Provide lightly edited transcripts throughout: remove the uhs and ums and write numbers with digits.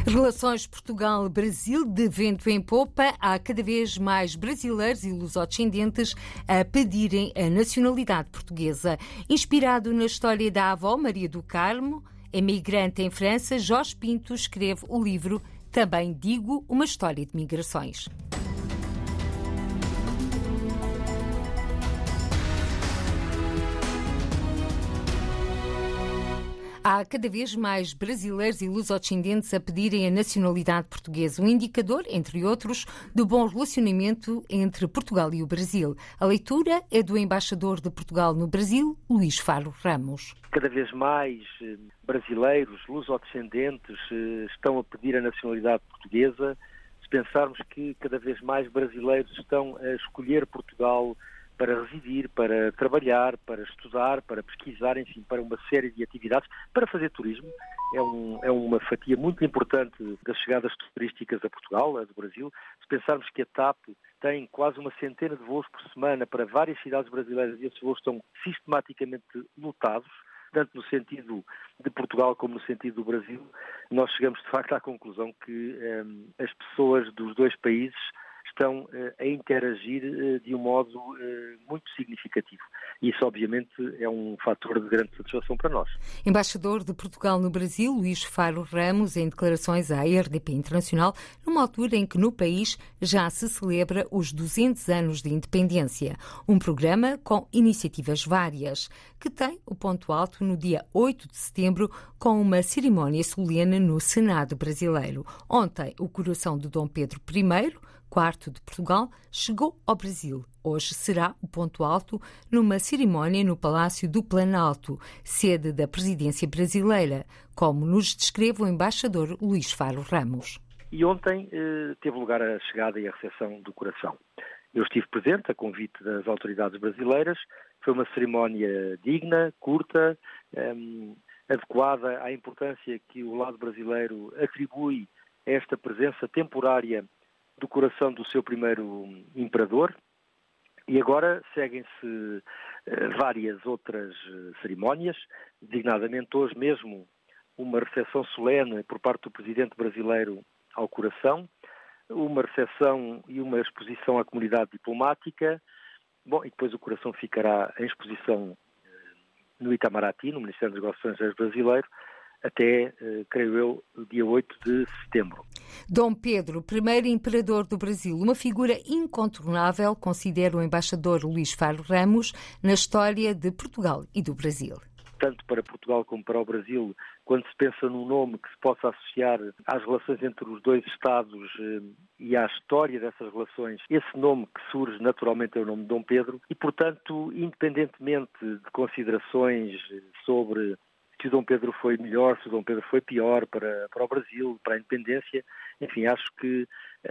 Relações Portugal-Brasil de vento em popa. Há cada vez mais brasileiros e lusodescendentes a pedirem a nacionalidade portuguesa. Inspirado na história da avó Maria do Carmo, emigrante em França, Jorge Pinto escreve o livro Também Digo, uma história de migrações. Há cada vez mais brasileiros e lusodescendentes a pedirem a nacionalidade portuguesa, um indicador, entre outros, do bom relacionamento entre Portugal e o Brasil. A leitura é do embaixador de Portugal no Brasil, Luís Faro Ramos. Cada vez mais brasileiros, lusodescendentes, estão a pedir a nacionalidade portuguesa. Se pensarmos que cada vez mais brasileiros estão a escolher Portugal para residir, para trabalhar, para estudar, para pesquisar, enfim, para uma série de atividades, para fazer turismo. É uma fatia muito importante das chegadas turísticas a Portugal, a do Brasil. Se pensarmos que a TAP tem quase uma centena de voos por semana para várias cidades brasileiras e esses voos estão sistematicamente lotados, tanto no sentido de Portugal como no sentido do Brasil, nós chegamos de facto à conclusão que as pessoas dos dois países estão a interagir de um modo muito significativo. E isso, obviamente, é um fator de grande satisfação para nós. Embaixador de Portugal no Brasil, Luís Faro Ramos, em declarações à RDP Internacional, numa altura em que no país já se celebra os 200 anos de independência. Um programa com iniciativas várias, que tem o ponto alto no dia 8 de setembro, com uma cerimónia solene no Senado brasileiro. Ontem, o coração de Dom Pedro I, quarto de Portugal, chegou ao Brasil. Hoje será o ponto alto numa cerimónia no Palácio do Planalto, sede da presidência brasileira, como nos descreve o embaixador Luís Faro Ramos. E ontem teve lugar a chegada e a recepção do coração. Eu estive presente a convite das autoridades brasileiras. Foi uma cerimónia digna, curta, adequada à importância que o lado brasileiro atribui a esta presença temporária do coração do seu primeiro imperador. E agora seguem-se várias outras cerimónias, designadamente hoje mesmo uma recepção solene por parte do presidente brasileiro ao coração, uma recepção e uma exposição à comunidade diplomática. Bom, e depois o coração ficará em exposição no Itamaraty, no Ministério dos Negócios Estrangeiros brasileiro, até, creio eu, o dia 8 de setembro. Dom Pedro, primeiro imperador do Brasil, uma figura incontornável, considera o embaixador Luís Faro Ramos, na história de Portugal e do Brasil. Tanto para Portugal como para o Brasil, quando se pensa num nome que se possa associar às relações entre os dois Estados e à história dessas relações, esse nome que surge naturalmente é o nome de Dom Pedro e, portanto, independentemente de considerações sobre se o Dom Pedro foi melhor, se o Dom Pedro foi pior para o Brasil, para a independência, enfim, acho que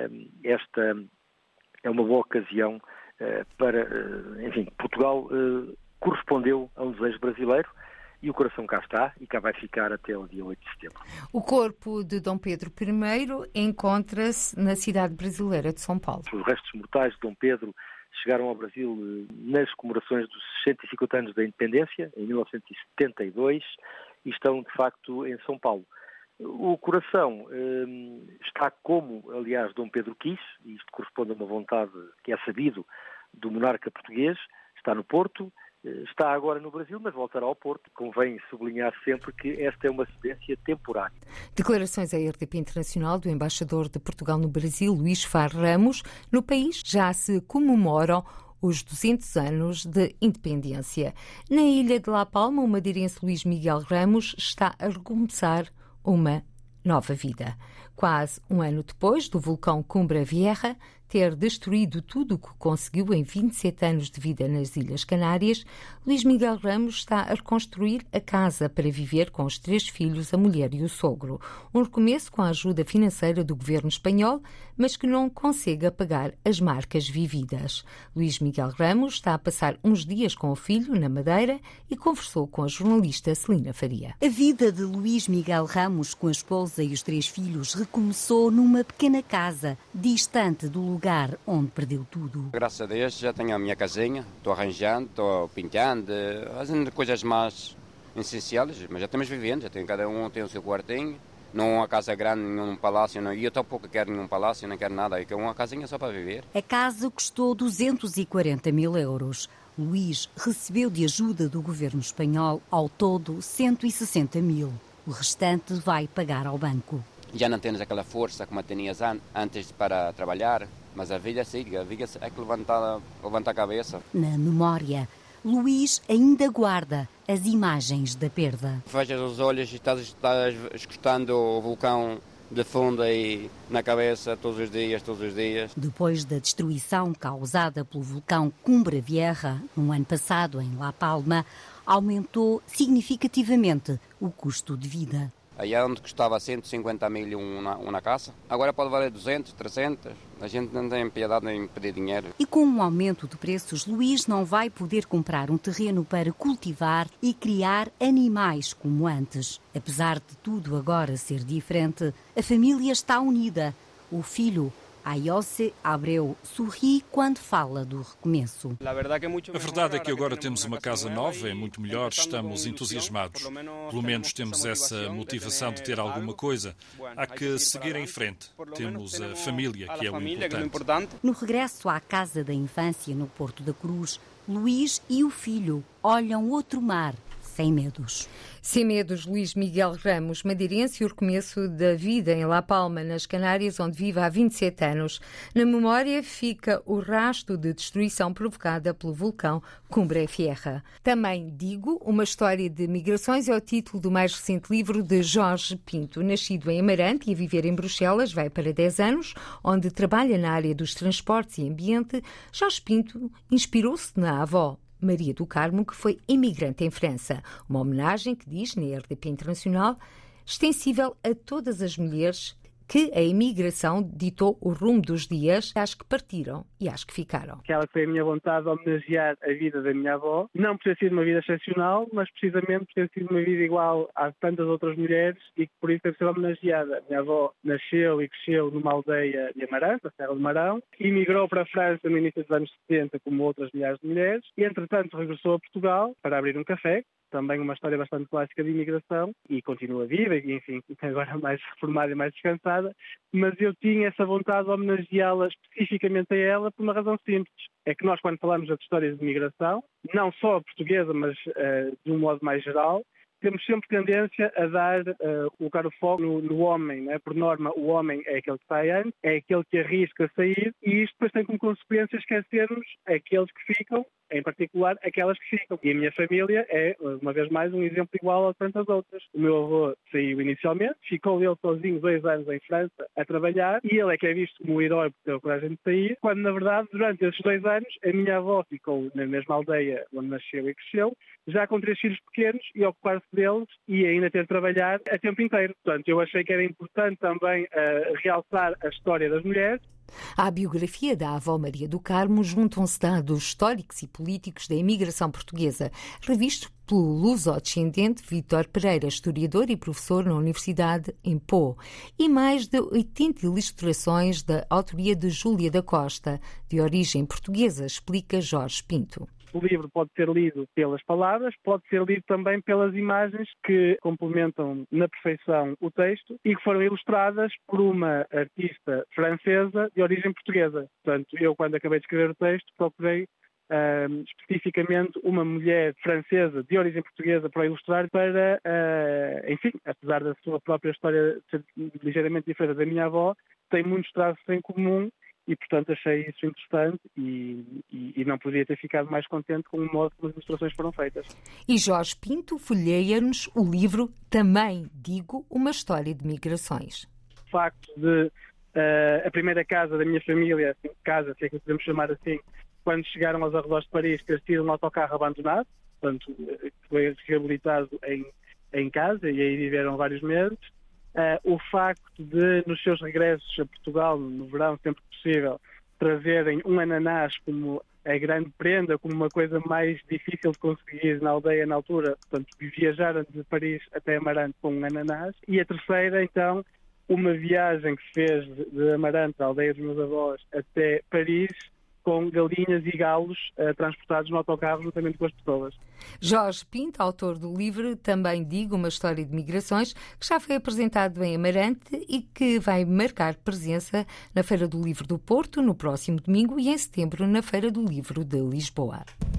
esta é uma boa ocasião para, enfim, Portugal correspondeu a um desejo brasileiro e o coração cá está e cá vai ficar até o dia 8 de setembro. O corpo de Dom Pedro I encontra-se na cidade brasileira de São Paulo. Os restos mortais de Dom Pedro chegaram ao Brasil nas comemorações dos 150 anos da independência, em 1972, e estão, de facto, em São Paulo. O coração está como, aliás, Dom Pedro quis, e isto corresponde a uma vontade que é sabido do monarca português, está no Porto, está agora no Brasil, mas voltará ao Porto. Convém sublinhar sempre que esta é uma cedência temporária. Declarações à RDP Internacional do embaixador de Portugal no Brasil, Luís Faro Ramos. No país já se comemoram os 200 anos de independência. Na ilha de La Palma, o madeirense Luís Miguel Ramos está a recomeçar uma nova vida. Quase um ano depois do vulcão Cumbre Vieja ter destruído tudo o que conseguiu em 27 anos de vida nas Ilhas Canárias, Luís Miguel Ramos está a reconstruir a casa para viver com os 3 filhos, a mulher e o sogro. Um recomeço com a ajuda financeira do governo espanhol, mas que não consegue apagar as marcas vividas. Luís Miguel Ramos está a passar uns dias com o filho na Madeira e conversou com a jornalista Celina Faria. A vida de Luís Miguel Ramos com a esposa e os 3 filhos recomeçou numa pequena casa, distante do lugar onde perdeu tudo. Graças a Deus já tenho a minha casinha, estou arranjando, estou pintando, fazendo coisas mais essenciais, mas já estamos vivendo, já tem, cada um tem o seu quartinho, Não uma casa grande, nenhum palácio, não. E eu tampouco quero nenhum palácio, não quero nada. Eu quero uma casinha só para viver. A casa custou 240 mil euros. Luís recebeu de ajuda do governo espanhol ao todo 160 mil. O restante vai pagar ao banco. Já não tens aquela força como tinhas antes para trabalhar, mas a vida siga, a vida é que levanta a cabeça. Na memória, Luís ainda guarda as imagens da perda. Fechas os olhos e estás escutando o vulcão de fundo aí na cabeça todos os dias. Depois da destruição causada pelo vulcão Cumbre Vieja, no ano passado em La Palma, aumentou significativamente o custo de vida. Aí onde custava 150 mil uma casa, agora pode valer 200, 300. A gente não tem piedade em pedir dinheiro. E com um aumento de preços, Luís não vai poder comprar um terreno para cultivar e criar animais como antes. Apesar de tudo agora ser diferente, a família está unida. O filho, Ayose Abreu, sorri quando fala do recomeço. A verdade é que agora temos uma casa nova, é muito melhor, estamos entusiasmados. Pelo menos temos essa motivação de ter alguma coisa. Há que seguir em frente. Temos a família, que é o importante. No regresso à casa da infância no Porto da Cruz, Luís e o filho olham outro mar, sem medos. Sem medos, Luís Miguel Ramos, madeirense, e o recomeço da vida em La Palma, nas Canárias, onde vive há 27 anos. Na memória fica o rastro de destruição provocada pelo vulcão Cumbre Vieja. Também Digo, uma história de migrações, é o título do mais recente livro de Jorge Pinto. Nascido em Amarante e a viver em Bruxelas, vai para 10 anos, onde trabalha na área dos transportes e ambiente. Jorge Pinto inspirou-se na avó, Maria do Carmo, que foi imigrante em França. Uma homenagem que diz, na RDP Internacional, extensível a todas as mulheres que a imigração ditou o rumo dos dias, às que partiram e às que ficaram. Aquela que foi a minha vontade de homenagear a vida da minha avó, não por ter sido uma vida excepcional, mas precisamente por ter sido uma vida igual a tantas outras mulheres e que por isso deve ser homenageada. A minha avó nasceu e cresceu numa aldeia de Amarante, a Serra do Marão, emigrou para a França no início dos anos 70, como outras milhares de mulheres, e entretanto regressou a Portugal para abrir um café, também uma história bastante clássica de imigração, e continua viva, e enfim, agora mais reformada e mais descansada, mas eu tinha essa vontade de homenageá-la especificamente a ela por uma razão simples. É que nós, quando falamos de histórias de imigração, não só a portuguesa, mas de um modo mais geral, temos sempre tendência a colocar o foco no homem, né? Por norma, o homem é aquele que sai antes, é aquele que arrisca sair, e isto depois tem como consequência esquecermos aqueles que ficam, em particular aquelas que ficam. E a minha família é, uma vez mais, um exemplo igual a tantas outras. O meu avô saiu inicialmente, ficou ele sozinho 2 anos em França a trabalhar, e ele é que é visto como o herói por ter coragem de sair, quando na verdade, durante esses 2 anos, a minha avó ficou na mesma aldeia onde nasceu e cresceu, já com 3 filhos pequenos, e ocupar-se deles e ainda ter de trabalhar a tempo inteiro. Portanto, eu achei que era importante também realçar a história das mulheres. À biografia da avó Maria do Carmo juntam-se dados históricos e políticos da imigração portuguesa, revisto pelo luso-descendente Vítor Pereira, historiador e professor na Universidade em Pau, e mais de 80 ilustrações da autoria de Júlia da Costa, de origem portuguesa, explica Jorge Pinto. O livro pode ser lido pelas palavras, pode ser lido também pelas imagens que complementam na perfeição o texto e que foram ilustradas por uma artista francesa de origem portuguesa. Portanto, eu, quando acabei de escrever o texto, procurei especificamente uma mulher francesa de origem portuguesa para ilustrar, para, enfim, apesar da sua própria história ser ligeiramente diferente da minha avó, tem muitos traços em comum. E, portanto, achei isso interessante e não podia ter ficado mais contente com o modo como as ilustrações foram feitas. E Jorge Pinto folheia-nos o livro Também Digo, uma história de migrações. O facto de a primeira casa da minha família, assim, casa, se é que podemos chamar assim, quando chegaram aos arredores de Paris, ter sido um autocarro abandonado, portanto, foi reabilitado em casa e aí viveram vários meses. O facto de, nos seus regressos a Portugal, no verão, sempre que possível, trazerem um ananás como a grande prenda, como uma coisa mais difícil de conseguir na aldeia na altura, portanto, viajaram de Paris até Amarante com um ananás. E a terceira, então, uma viagem que se fez de Amarante, a aldeia dos meus avós, até Paris, com galinhas e galos transportados no autocarro juntamente com as pessoas. Jorge Pinto, autor do livro Também Digo, uma história de migrações, que já foi apresentado em Amarante e que vai marcar presença na Feira do Livro do Porto no próximo domingo e em setembro na Feira do Livro de Lisboa.